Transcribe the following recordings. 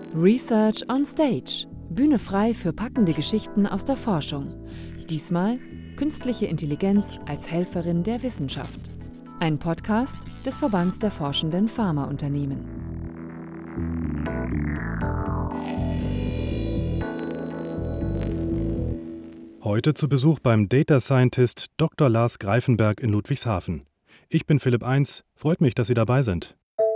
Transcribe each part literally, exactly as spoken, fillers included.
Research on Stage. Bühne frei für packende Geschichten aus der Forschung. Diesmal Künstliche Intelligenz als Helferin der Wissenschaft. Ein Podcast des Verbands der forschenden Pharmaunternehmen. Heute zu Besuch beim Data Scientist Doktor Lars Greifenberg in Ludwigshafen. Ich bin Philipp Eins, freut mich, dass Sie dabei sind.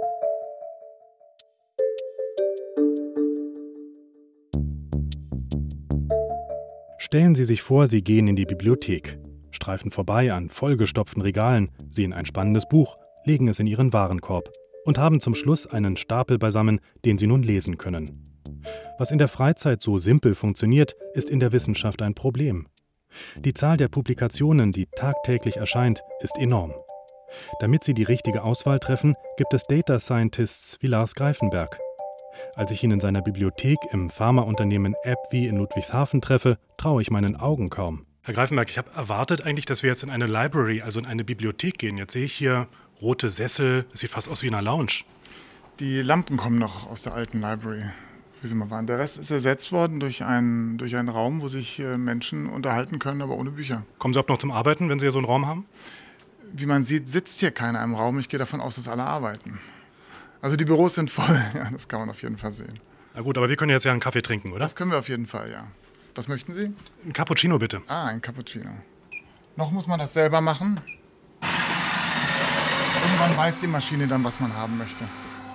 Stellen Sie sich vor, Sie gehen in die Bibliothek, streifen vorbei an vollgestopften Regalen, sehen ein spannendes Buch, legen es in Ihren Warenkorb und haben zum Schluss einen Stapel beisammen, den Sie nun lesen können. Was in der Freizeit so simpel funktioniert, ist in der Wissenschaft ein Problem. Die Zahl der Publikationen, die tagtäglich erscheint, ist enorm. Damit Sie die richtige Auswahl treffen, gibt es Data Scientists wie Lars Greifenberg. Als ich ihn in seiner Bibliothek im Pharmaunternehmen AbbVie in Ludwigshafen treffe, traue ich meinen Augen kaum. Herr Greifenberg, ich habe erwartet eigentlich, dass wir jetzt in eine Library, also in eine Bibliothek gehen. Jetzt sehe ich hier rote Sessel, es sieht fast aus wie in einer Lounge. Die Lampen kommen noch aus der alten Library, wie sie mal waren. Der Rest ist ersetzt worden durch einen, durch einen Raum, wo sich Menschen unterhalten können, aber ohne Bücher. Kommen Sie überhaupt noch zum Arbeiten, wenn Sie hier so einen Raum haben? Wie man sieht, sitzt hier keiner im Raum. Ich gehe davon aus, dass alle arbeiten. Also die Büros sind voll, ja, das kann man auf jeden Fall sehen. Na gut, aber wir können jetzt ja einen Kaffee trinken, oder? Das können wir auf jeden Fall, ja. Was möchten Sie? Ein Cappuccino bitte. Ah, ein Cappuccino. Noch muss man das selber machen. Irgendwann weiß die Maschine dann, was man haben möchte.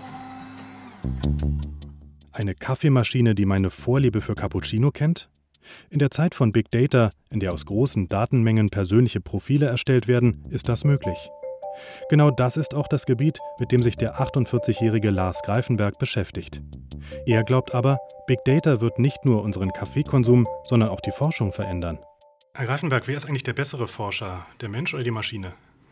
Eine Kaffeemaschine, die meine Vorliebe für Cappuccino kennt? In der Zeit von Big Data, in der aus großen Datenmengen persönliche Profile erstellt werden, ist das möglich. Genau das ist auch das Gebiet, mit dem sich der achtundvierzigjährige Lars Greifenberg beschäftigt. Er glaubt aber, Big Data wird nicht nur unseren Kaffeekonsum, sondern auch die Forschung verändern. Herr Greifenberg, wer ist eigentlich der bessere Forscher, der Mensch oder die Maschine?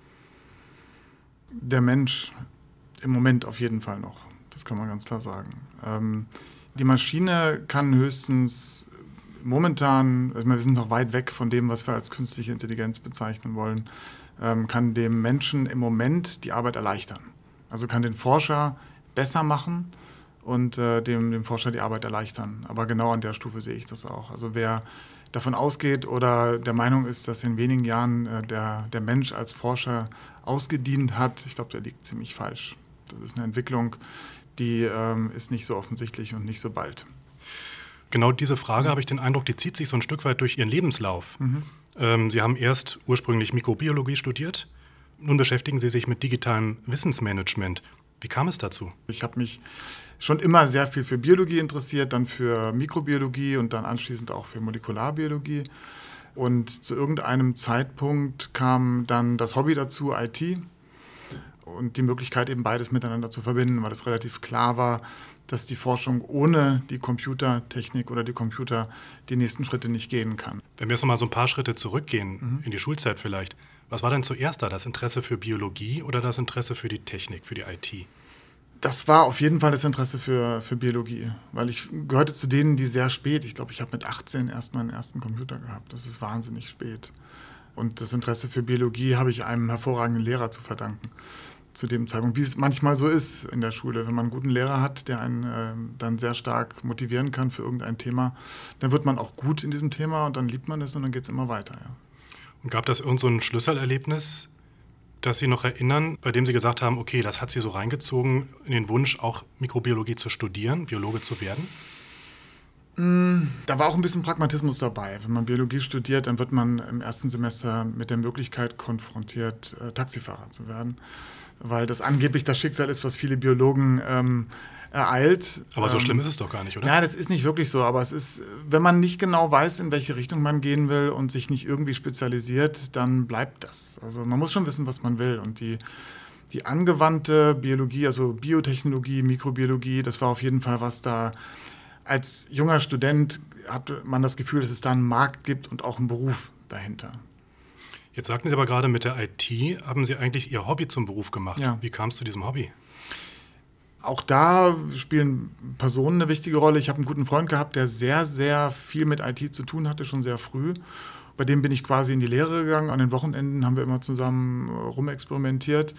Der Mensch im Moment auf jeden Fall noch, das kann man ganz klar sagen. Ähm, die Maschine kann höchstens momentan, also wir sind noch weit weg von dem, was wir als künstliche Intelligenz bezeichnen wollen, kann dem Menschen im Moment die Arbeit erleichtern. Also kann den Forscher besser machen und äh, dem, dem Forscher die Arbeit erleichtern. Aber genau an der Stufe sehe ich das auch. Also wer davon ausgeht oder der Meinung ist, dass in wenigen Jahren äh, der, der Mensch als Forscher ausgedient hat, ich glaube, der liegt ziemlich falsch. Das ist eine Entwicklung, die ähm, ist nicht so offensichtlich und nicht so bald. Genau diese Frage, mhm. habe ich den Eindruck, die zieht sich so ein Stück weit durch Ihren Lebenslauf. Mhm. Ähm, Sie haben erst ursprünglich Mikrobiologie studiert, nun beschäftigen Sie sich mit digitalem Wissensmanagement. Wie kam es dazu? Ich habe mich schon immer sehr viel für Biologie interessiert, dann für Mikrobiologie und dann anschließend auch für Molekularbiologie. Und zu irgendeinem Zeitpunkt kam dann das Hobby dazu, I T, und die Möglichkeit, eben beides miteinander zu verbinden, weil es relativ klar war, dass die Forschung ohne die Computertechnik oder die Computer die nächsten Schritte nicht gehen kann. Wenn wir jetzt noch mal so ein paar Schritte zurückgehen, mhm. in die Schulzeit vielleicht, was war denn zuerst da, das Interesse für Biologie oder das Interesse für die Technik, für die I T? Das war auf jeden Fall das Interesse für, für Biologie, weil ich gehörte zu denen, die sehr spät, ich glaube, ich habe mit achtzehn erst meinen ersten Computer gehabt. Das ist wahnsinnig spät. Und das Interesse für Biologie habe ich einem hervorragenden Lehrer zu verdanken. Zu dem Zeitpunkt, wie es manchmal so ist in der Schule. Wenn man einen guten Lehrer hat, der einen äh, dann sehr stark motivieren kann für irgendein Thema, dann wird man auch gut in diesem Thema und dann liebt man es und dann geht es immer weiter. Ja. Und gab das irgend so ein Schlüsselerlebnis, das Sie noch erinnern, bei dem Sie gesagt haben, okay, das hat Sie so reingezogen in den Wunsch, auch Mikrobiologie zu studieren, Biologe zu werden? Da war auch ein bisschen Pragmatismus dabei. Wenn man Biologie studiert, dann wird man im ersten Semester mit der Möglichkeit konfrontiert, äh, Taxifahrer zu werden, weil das angeblich das Schicksal ist, was viele Biologen ähm, ereilt. Aber so ähm, schlimm ist es doch gar nicht, oder? Nein, das ist nicht wirklich so, aber es ist, wenn man nicht genau weiß, in welche Richtung man gehen will und sich nicht irgendwie spezialisiert, dann bleibt das. Also man muss schon wissen, was man will, und die, die angewandte Biologie, also Biotechnologie, Mikrobiologie, das war auf jeden Fall was da. Als junger Student hatte man das Gefühl, dass es da einen Markt gibt und auch einen Beruf dahinter. Jetzt sagten Sie aber gerade, mit der I T haben Sie eigentlich Ihr Hobby zum Beruf gemacht. Ja. Wie kam es zu diesem Hobby? Auch da spielen Personen eine wichtige Rolle. Ich habe einen guten Freund gehabt, der sehr, sehr viel mit I T zu tun hatte, schon sehr früh. Bei dem bin ich quasi in die Lehre gegangen. An den Wochenenden haben wir immer zusammen rumexperimentiert.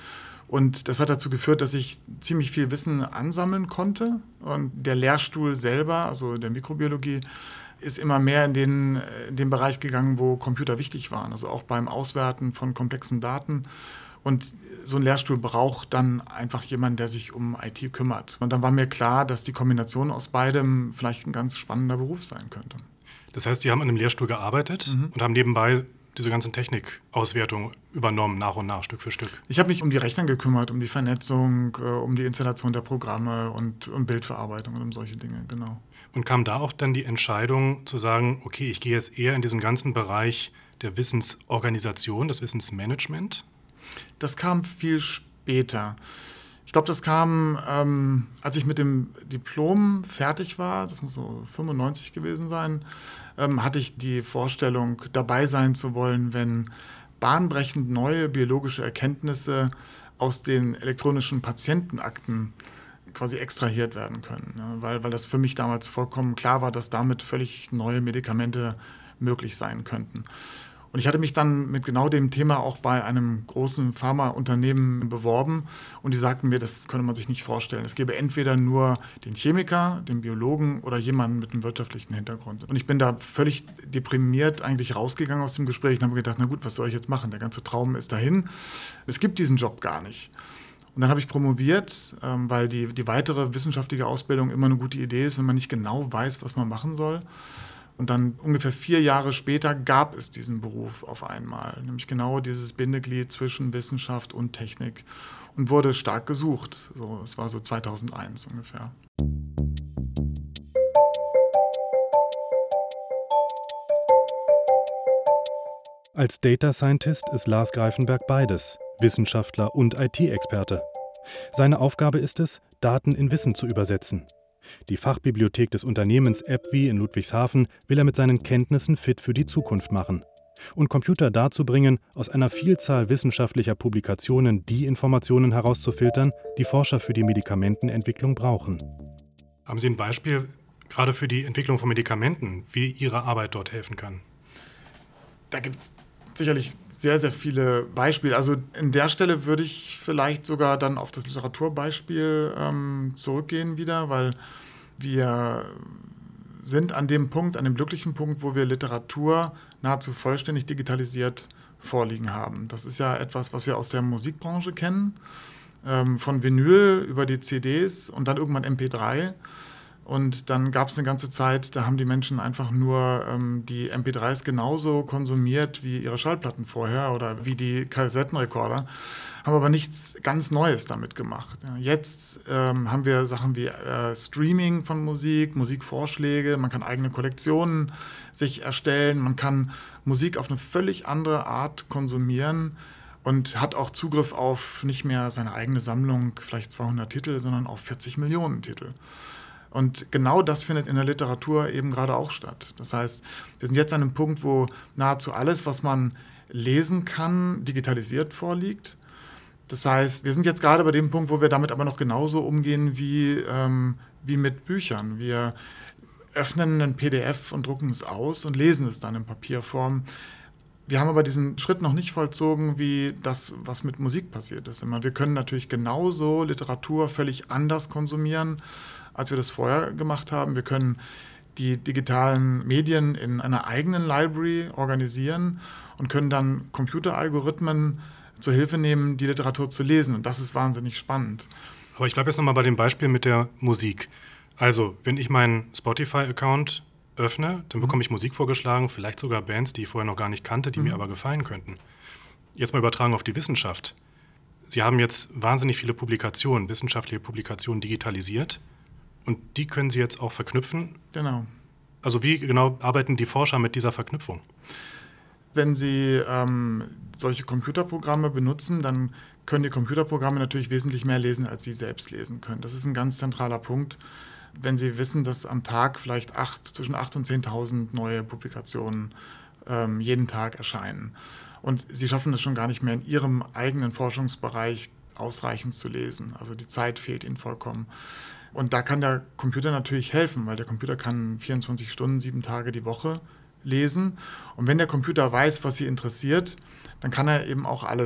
Und das hat dazu geführt, dass ich ziemlich viel Wissen ansammeln konnte. Und der Lehrstuhl selber, also der Mikrobiologie, ist immer mehr in den, in den Bereich gegangen, wo Computer wichtig waren. Also auch beim Auswerten von komplexen Daten. Und so ein Lehrstuhl braucht dann einfach jemanden, der sich um I T kümmert. Und dann war mir klar, dass die Kombination aus beidem vielleicht ein ganz spannender Beruf sein könnte. Das heißt, Sie haben an einem Lehrstuhl gearbeitet mhm. und haben nebenbei diese ganzen Technikauswertungen übernommen, nach und nach, Stück für Stück. Ich habe mich um die Rechner gekümmert, um die Vernetzung, äh, um die Installation der Programme und um Bildverarbeitung und um solche Dinge, genau. Und kam da auch dann die Entscheidung zu sagen, okay, ich gehe jetzt eher in diesen ganzen Bereich der Wissensorganisation, des Wissensmanagement? Das kam viel später. Ich glaube, das kam, ähm, als ich mit dem Diplom fertig war, das muss so fünfundneunzig gewesen sein, ähm, hatte ich die Vorstellung, dabei sein zu wollen, wenn bahnbrechend neue biologische Erkenntnisse aus den elektronischen Patientenakten quasi extrahiert werden können. Ne? Weil, weil das für mich damals vollkommen klar war, dass damit völlig neue Medikamente möglich sein könnten. Und ich hatte mich dann mit genau dem Thema auch bei einem großen Pharmaunternehmen beworben und die sagten mir, das könne man sich nicht vorstellen. Es gäbe entweder nur den Chemiker, den Biologen oder jemanden mit einem wirtschaftlichen Hintergrund. Und ich bin da völlig deprimiert eigentlich rausgegangen aus dem Gespräch und habe gedacht, na gut, was soll ich jetzt machen? Der ganze Traum ist dahin. Es gibt diesen Job gar nicht. Und dann habe ich promoviert, ähm, weil die, die weitere wissenschaftliche Ausbildung immer eine gute Idee ist, wenn man nicht genau weiß, was man machen soll. Und dann ungefähr vier Jahre später gab es diesen Beruf auf einmal, nämlich genau dieses Bindeglied zwischen Wissenschaft und Technik und wurde stark gesucht. So, es war so zweitausendeins ungefähr. Als Data Scientist ist Lars Greifenberg beides, Wissenschaftler und I T-Experte. Seine Aufgabe ist es, Daten in Wissen zu übersetzen. Die Fachbibliothek des Unternehmens AppWi in Ludwigshafen will er mit seinen Kenntnissen fit für die Zukunft machen und Computer dazu bringen, aus einer Vielzahl wissenschaftlicher Publikationen die Informationen herauszufiltern, die Forscher für die Medikamentenentwicklung brauchen. Haben Sie ein Beispiel gerade für die Entwicklung von Medikamenten, wie Ihre Arbeit dort helfen kann? Da gibt es sicherlich sehr, sehr viele Beispiele. Also an der Stelle würde ich vielleicht sogar dann auf das Literaturbeispiel ähm, zurückgehen wieder, weil wir sind an dem Punkt, an dem glücklichen Punkt, wo wir Literatur nahezu vollständig digitalisiert vorliegen haben. Das ist ja etwas, was wir aus der Musikbranche kennen, ähm, von Vinyl über die C Ds und dann irgendwann M P drei. Und dann gab es eine ganze Zeit, da haben die Menschen einfach nur ähm, die M P dreis genauso konsumiert wie ihre Schallplatten vorher oder wie die Kassettenrekorder, haben aber nichts ganz Neues damit gemacht. Ja, jetzt ähm, haben wir Sachen wie äh, Streaming von Musik, Musikvorschläge, man kann eigene Kollektionen sich erstellen, man kann Musik auf eine völlig andere Art konsumieren und hat auch Zugriff auf nicht mehr seine eigene Sammlung, vielleicht zweihundert Titel, sondern auf vierzig Millionen Titel. Und genau das findet in der Literatur eben gerade auch statt. Das heißt, wir sind jetzt an einem Punkt, wo nahezu alles, was man lesen kann, digitalisiert vorliegt. Das heißt, wir sind jetzt gerade bei dem Punkt, wo wir damit aber noch genauso umgehen wie, ähm, wie mit Büchern. Wir öffnen ein P D F und drucken es aus und lesen es dann in Papierform. Wir haben aber diesen Schritt noch nicht vollzogen, wie das, was mit Musik passiert ist. Wir können natürlich genauso Literatur völlig anders konsumieren, als wir das vorher gemacht haben. Wir können die digitalen Medien in einer eigenen Library organisieren und können dann Computeralgorithmen zur Hilfe nehmen, die Literatur zu lesen. Und das ist wahnsinnig spannend. Aber ich bleibe jetzt nochmal bei dem Beispiel mit der Musik. Also, wenn ich meinen Spotify-Account öffne, dann bekomme ich Musik vorgeschlagen, vielleicht sogar Bands, die ich vorher noch gar nicht kannte, die mhm. mir aber gefallen könnten. Jetzt mal übertragen auf die Wissenschaft. Sie haben jetzt wahnsinnig viele Publikationen, wissenschaftliche Publikationen digitalisiert. Und die können Sie jetzt auch verknüpfen? Genau. Also wie genau arbeiten die Forscher mit dieser Verknüpfung? Wenn Sie ähm, solche Computerprogramme benutzen, dann können die Computerprogramme natürlich wesentlich mehr lesen, als Sie selbst lesen können. Das ist ein ganz zentraler Punkt. Wenn Sie wissen, dass am Tag vielleicht acht, zwischen achttausend und zehntausend neue Publikationen ähm, jeden Tag erscheinen. Und Sie schaffen es schon gar nicht mehr in Ihrem eigenen Forschungsbereich ausreichend zu lesen. Also die Zeit fehlt Ihnen vollkommen. Und da kann der Computer natürlich helfen, weil der Computer kann vierundzwanzig Stunden, sieben Tage die Woche lesen. Und wenn der Computer weiß, was Sie interessiert, dann kann er eben auch alles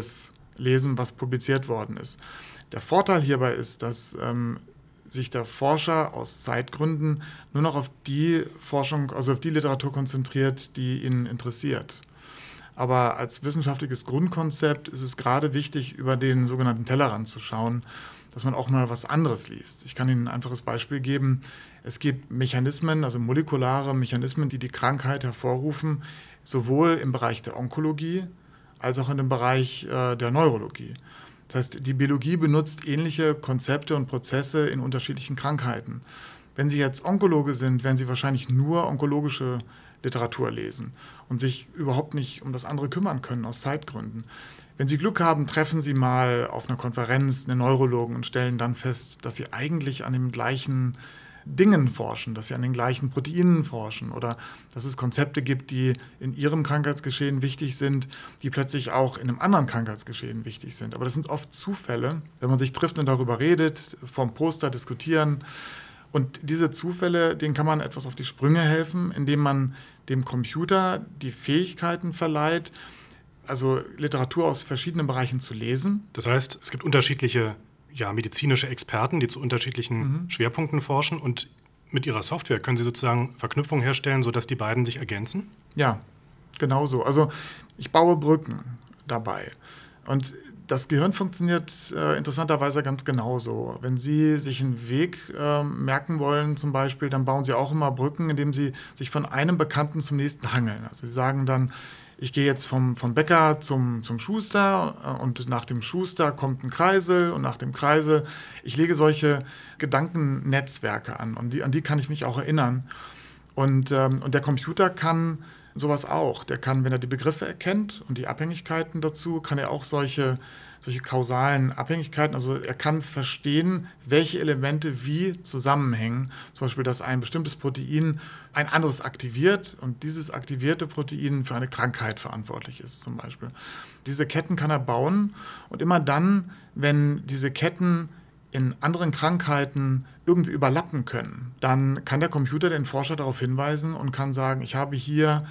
lesen, was publiziert worden ist. Der Vorteil hierbei ist, dass ähm, sich der Forscher aus Zeitgründen nur noch auf die Forschung, also auf die Literatur konzentriert, die ihn interessiert. Aber als wissenschaftliches Grundkonzept ist es gerade wichtig, über den sogenannten Tellerrand zu schauen, dass man auch mal was anderes liest. Ich kann Ihnen ein einfaches Beispiel geben. Es gibt Mechanismen, also molekulare Mechanismen, die die Krankheit hervorrufen, sowohl im Bereich der Onkologie als auch in dem Bereich äh, der Neurologie. Das heißt, die Biologie benutzt ähnliche Konzepte und Prozesse in unterschiedlichen Krankheiten. Wenn Sie jetzt Onkologe sind, werden Sie wahrscheinlich nur onkologische Literatur lesen und sich überhaupt nicht um das andere kümmern können aus Zeitgründen. Wenn Sie Glück haben, treffen Sie mal auf einer Konferenz einen Neurologen und stellen dann fest, dass Sie eigentlich an den gleichen Dingen forschen, dass Sie an den gleichen Proteinen forschen oder dass es Konzepte gibt, die in Ihrem Krankheitsgeschehen wichtig sind, die plötzlich auch in einem anderen Krankheitsgeschehen wichtig sind. Aber das sind oft Zufälle, wenn man sich trifft und darüber redet, vorm Poster diskutieren. Und diese Zufälle, denen kann man etwas auf die Sprünge helfen, indem man dem Computer die Fähigkeiten verleiht, also Literatur aus verschiedenen Bereichen zu lesen. Das heißt, es gibt unterschiedliche ja, medizinische Experten, die zu unterschiedlichen mhm. Schwerpunkten forschen und mit ihrer Software können Sie sozusagen Verknüpfungen herstellen, sodass die beiden sich ergänzen? Ja, genau so. Also ich baue Brücken dabei und das Gehirn funktioniert äh, interessanterweise ganz genauso. Wenn Sie sich einen Weg äh, merken wollen zum Beispiel, dann bauen Sie auch immer Brücken, indem Sie sich von einem Bekannten zum nächsten hangeln. Also Sie sagen dann, ich gehe jetzt vom, vom Bäcker zum, zum Schuster und nach dem Schuster kommt ein Kreisel und nach dem Kreisel. Ich lege solche Gedankennetzwerke an und die, an die kann ich mich auch erinnern. Und, ähm, und der Computer kann sowas auch. Der kann, wenn er die Begriffe erkennt und die Abhängigkeiten dazu, kann er auch solche, solche kausalen Abhängigkeiten, also er kann verstehen, welche Elemente wie zusammenhängen. Zum Beispiel, dass ein bestimmtes Protein ein anderes aktiviert und dieses aktivierte Protein für eine Krankheit verantwortlich ist zum Beispiel. Diese Ketten kann er bauen und immer dann, wenn diese Ketten in anderen Krankheiten irgendwie überlappen können, dann kann der Computer den Forscher darauf hinweisen und kann sagen, ich habe hier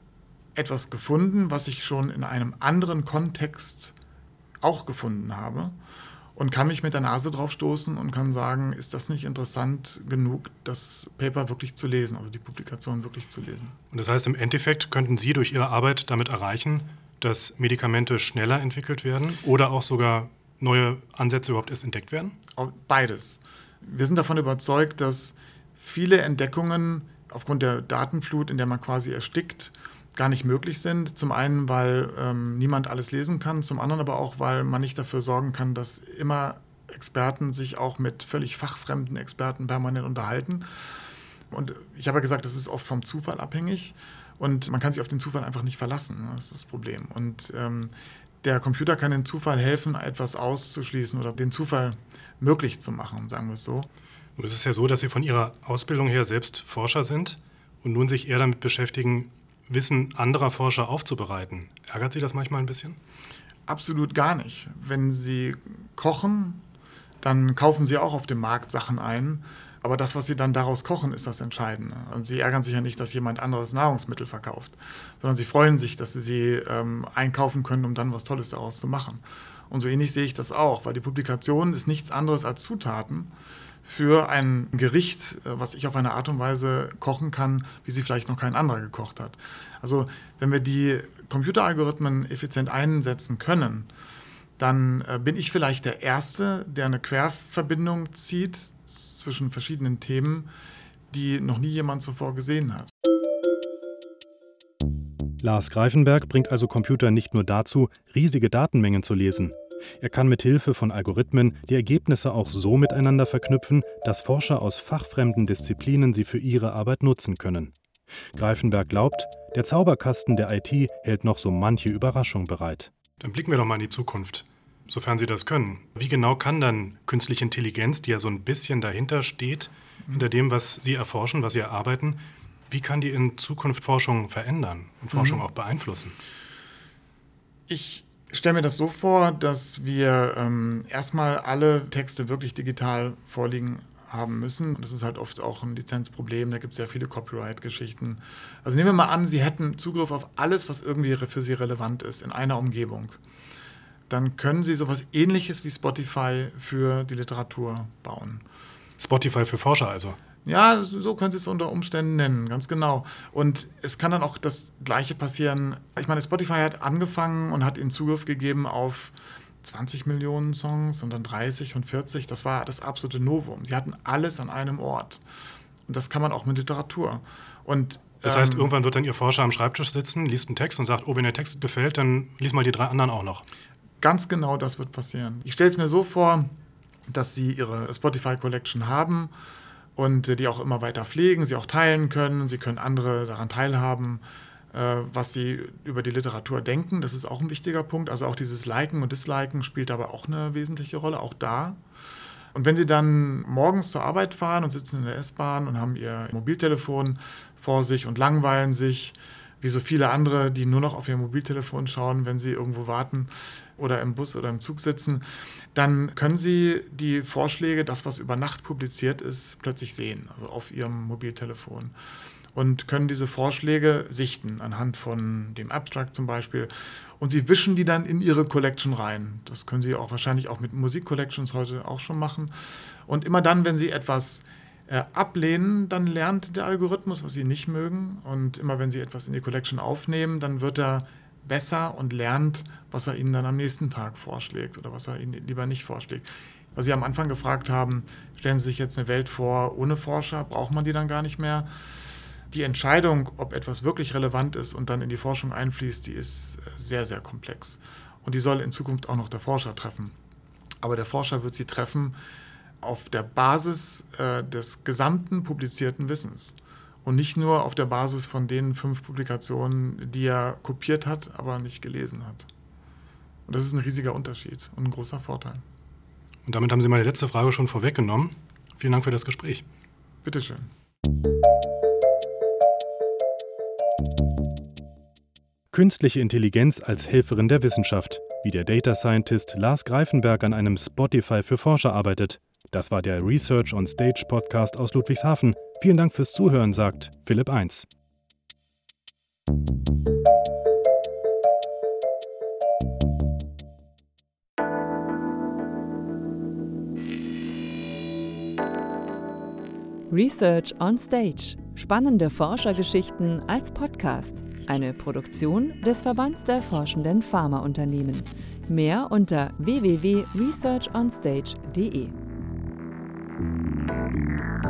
etwas gefunden, was ich schon in einem anderen Kontext auch gefunden habe und kann mich mit der Nase drauf stoßen und kann sagen, ist das nicht interessant genug, das Paper wirklich zu lesen, also die Publikation wirklich zu lesen. Und das heißt, im Endeffekt könnten Sie durch Ihre Arbeit damit erreichen, dass Medikamente schneller entwickelt werden oder auch sogar neue Ansätze überhaupt erst entdeckt werden? Beides. Wir sind davon überzeugt, dass viele Entdeckungen aufgrund der Datenflut, in der man quasi erstickt, gar nicht möglich sind. Zum einen, weil ähm, niemand alles lesen kann, zum anderen aber auch, weil man nicht dafür sorgen kann, dass immer Experten sich auch mit völlig fachfremden Experten permanent unterhalten. Und ich habe ja gesagt, das ist oft vom Zufall abhängig und man kann sich auf den Zufall einfach nicht verlassen. Das ist das Problem. Und ähm, der Computer kann dem Zufall helfen, etwas auszuschließen oder den Zufall möglich zu machen, sagen wir es so. Nun ist es ja so, dass Sie von Ihrer Ausbildung her selbst Forscher sind und nun sich eher damit beschäftigen, Wissen anderer Forscher aufzubereiten. Ärgert Sie das manchmal ein bisschen? Absolut gar nicht. Wenn Sie kochen, dann kaufen Sie auch auf dem Markt Sachen ein. Aber das, was Sie dann daraus kochen, ist das Entscheidende. Und Sie ärgern sich ja nicht, dass jemand anderes Nahrungsmittel verkauft, sondern Sie freuen sich, dass Sie sie ähm, einkaufen können, um dann was Tolles daraus zu machen. Und so ähnlich sehe ich das auch, weil die Publikation ist nichts anderes als Zutaten für ein Gericht, was ich auf eine Art und Weise kochen kann, wie sie vielleicht noch kein anderer gekocht hat. Also wenn wir die Computeralgorithmen effizient einsetzen können, dann äh, bin ich vielleicht der Erste, der eine Querverbindung zieht zwischen verschiedenen Themen, die noch nie jemand zuvor gesehen hat. Lars Greifenberg bringt also Computer nicht nur dazu, riesige Datenmengen zu lesen. Er kann mit Hilfe von Algorithmen die Ergebnisse auch so miteinander verknüpfen, dass Forscher aus fachfremden Disziplinen sie für ihre Arbeit nutzen können. Greifenberg glaubt, der Zauberkasten der I T hält noch so manche Überraschung bereit. Dann blicken wir doch mal in die Zukunft, sofern Sie das können. Wie genau kann dann künstliche Intelligenz, die ja so ein bisschen dahinter steht, hinter dem, was Sie erforschen, was Sie erarbeiten, wie kann die in Zukunft Forschung verändern und Forschung mhm. auch beeinflussen? Ich stelle mir das so vor, dass wir ähm, erstmal alle Texte wirklich digital vorliegen haben müssen. Und das ist halt oft auch ein Lizenzproblem, da gibt es sehr viele Copyright-Geschichten. Also nehmen wir mal an, Sie hätten Zugriff auf alles, was irgendwie für Sie relevant ist, in einer Umgebung. dann können Sie sowas Ähnliches wie Spotify für die Literatur bauen. Spotify für Forscher also? Ja, so können Sie es unter Umständen nennen, ganz genau. Und es kann dann auch das Gleiche passieren. Ich meine, Spotify hat angefangen und hat ihnen Zugriff gegeben auf zwanzig Millionen Songs und dann dreißig und vierzig. Das war das absolute Novum. Sie hatten alles an einem Ort. Und das kann man auch mit Literatur. Und, das heißt, ähm, irgendwann wird dann Ihr Forscher am Schreibtisch sitzen, liest einen Text und sagt, oh, wenn der Text gefällt, dann lies mal die drei anderen auch noch. Ganz genau das wird passieren. Ich stelle es mir so vor, dass Sie Ihre Spotify Collection haben und die auch immer weiter pflegen, sie auch teilen können. Sie können andere daran teilhaben, äh, was sie über die Literatur denken. Das ist auch ein wichtiger Punkt. Also auch dieses Liken und Disliken spielt dabei auch eine wesentliche Rolle, auch da. Und wenn Sie dann morgens zur Arbeit fahren und sitzen in der S-Bahn und haben Ihr Mobiltelefon vor sich und langweilen sich, wie so viele andere, die nur noch auf ihr Mobiltelefon schauen, wenn sie irgendwo warten oder im Bus oder im Zug sitzen, dann können Sie die Vorschläge, das, was über Nacht publiziert ist, plötzlich sehen, also auf Ihrem Mobiltelefon. Und können diese Vorschläge sichten, anhand von dem Abstract zum Beispiel. Und Sie wischen die dann in Ihre Collection rein. Das können Sie auch wahrscheinlich auch mit Musik-Collections heute auch schon machen. Und immer dann, wenn Sie etwas äh, ablehnen, dann lernt der Algorithmus, was Sie nicht mögen. Und immer wenn Sie etwas in die Collection aufnehmen, dann wird er besser und lernt, was er Ihnen dann am nächsten Tag vorschlägt oder was er Ihnen lieber nicht vorschlägt. Was Sie am Anfang gefragt haben, stellen Sie sich jetzt eine Welt vor ohne Forscher, braucht man die dann gar nicht mehr? Die Entscheidung, ob etwas wirklich relevant ist und dann in die Forschung einfließt, die ist sehr, sehr komplex. Und die soll in Zukunft auch noch der Forscher treffen. Aber der Forscher wird sie treffen auf der Basis äh, des gesamten publizierten Wissens. Und nicht nur auf der Basis von den fünf Publikationen, die er kopiert hat, aber nicht gelesen hat. Und das ist ein riesiger Unterschied und ein großer Vorteil. Und damit haben Sie meine letzte Frage schon vorweggenommen. Vielen Dank für das Gespräch. Bitteschön. Künstliche Intelligenz als Helferin der Wissenschaft, wie der Data Scientist Lars Greifenberg an einem Spotify für Forscher arbeitet. Das war der Research on Stage Podcast aus Ludwigshafen. Vielen Dank fürs Zuhören, sagt Philipp eins. Research on Stage. Spannende Forschergeschichten als Podcast. Eine Produktion des Verbands der forschenden Pharmaunternehmen. Mehr unter w w w punkt research on stage punkt d e.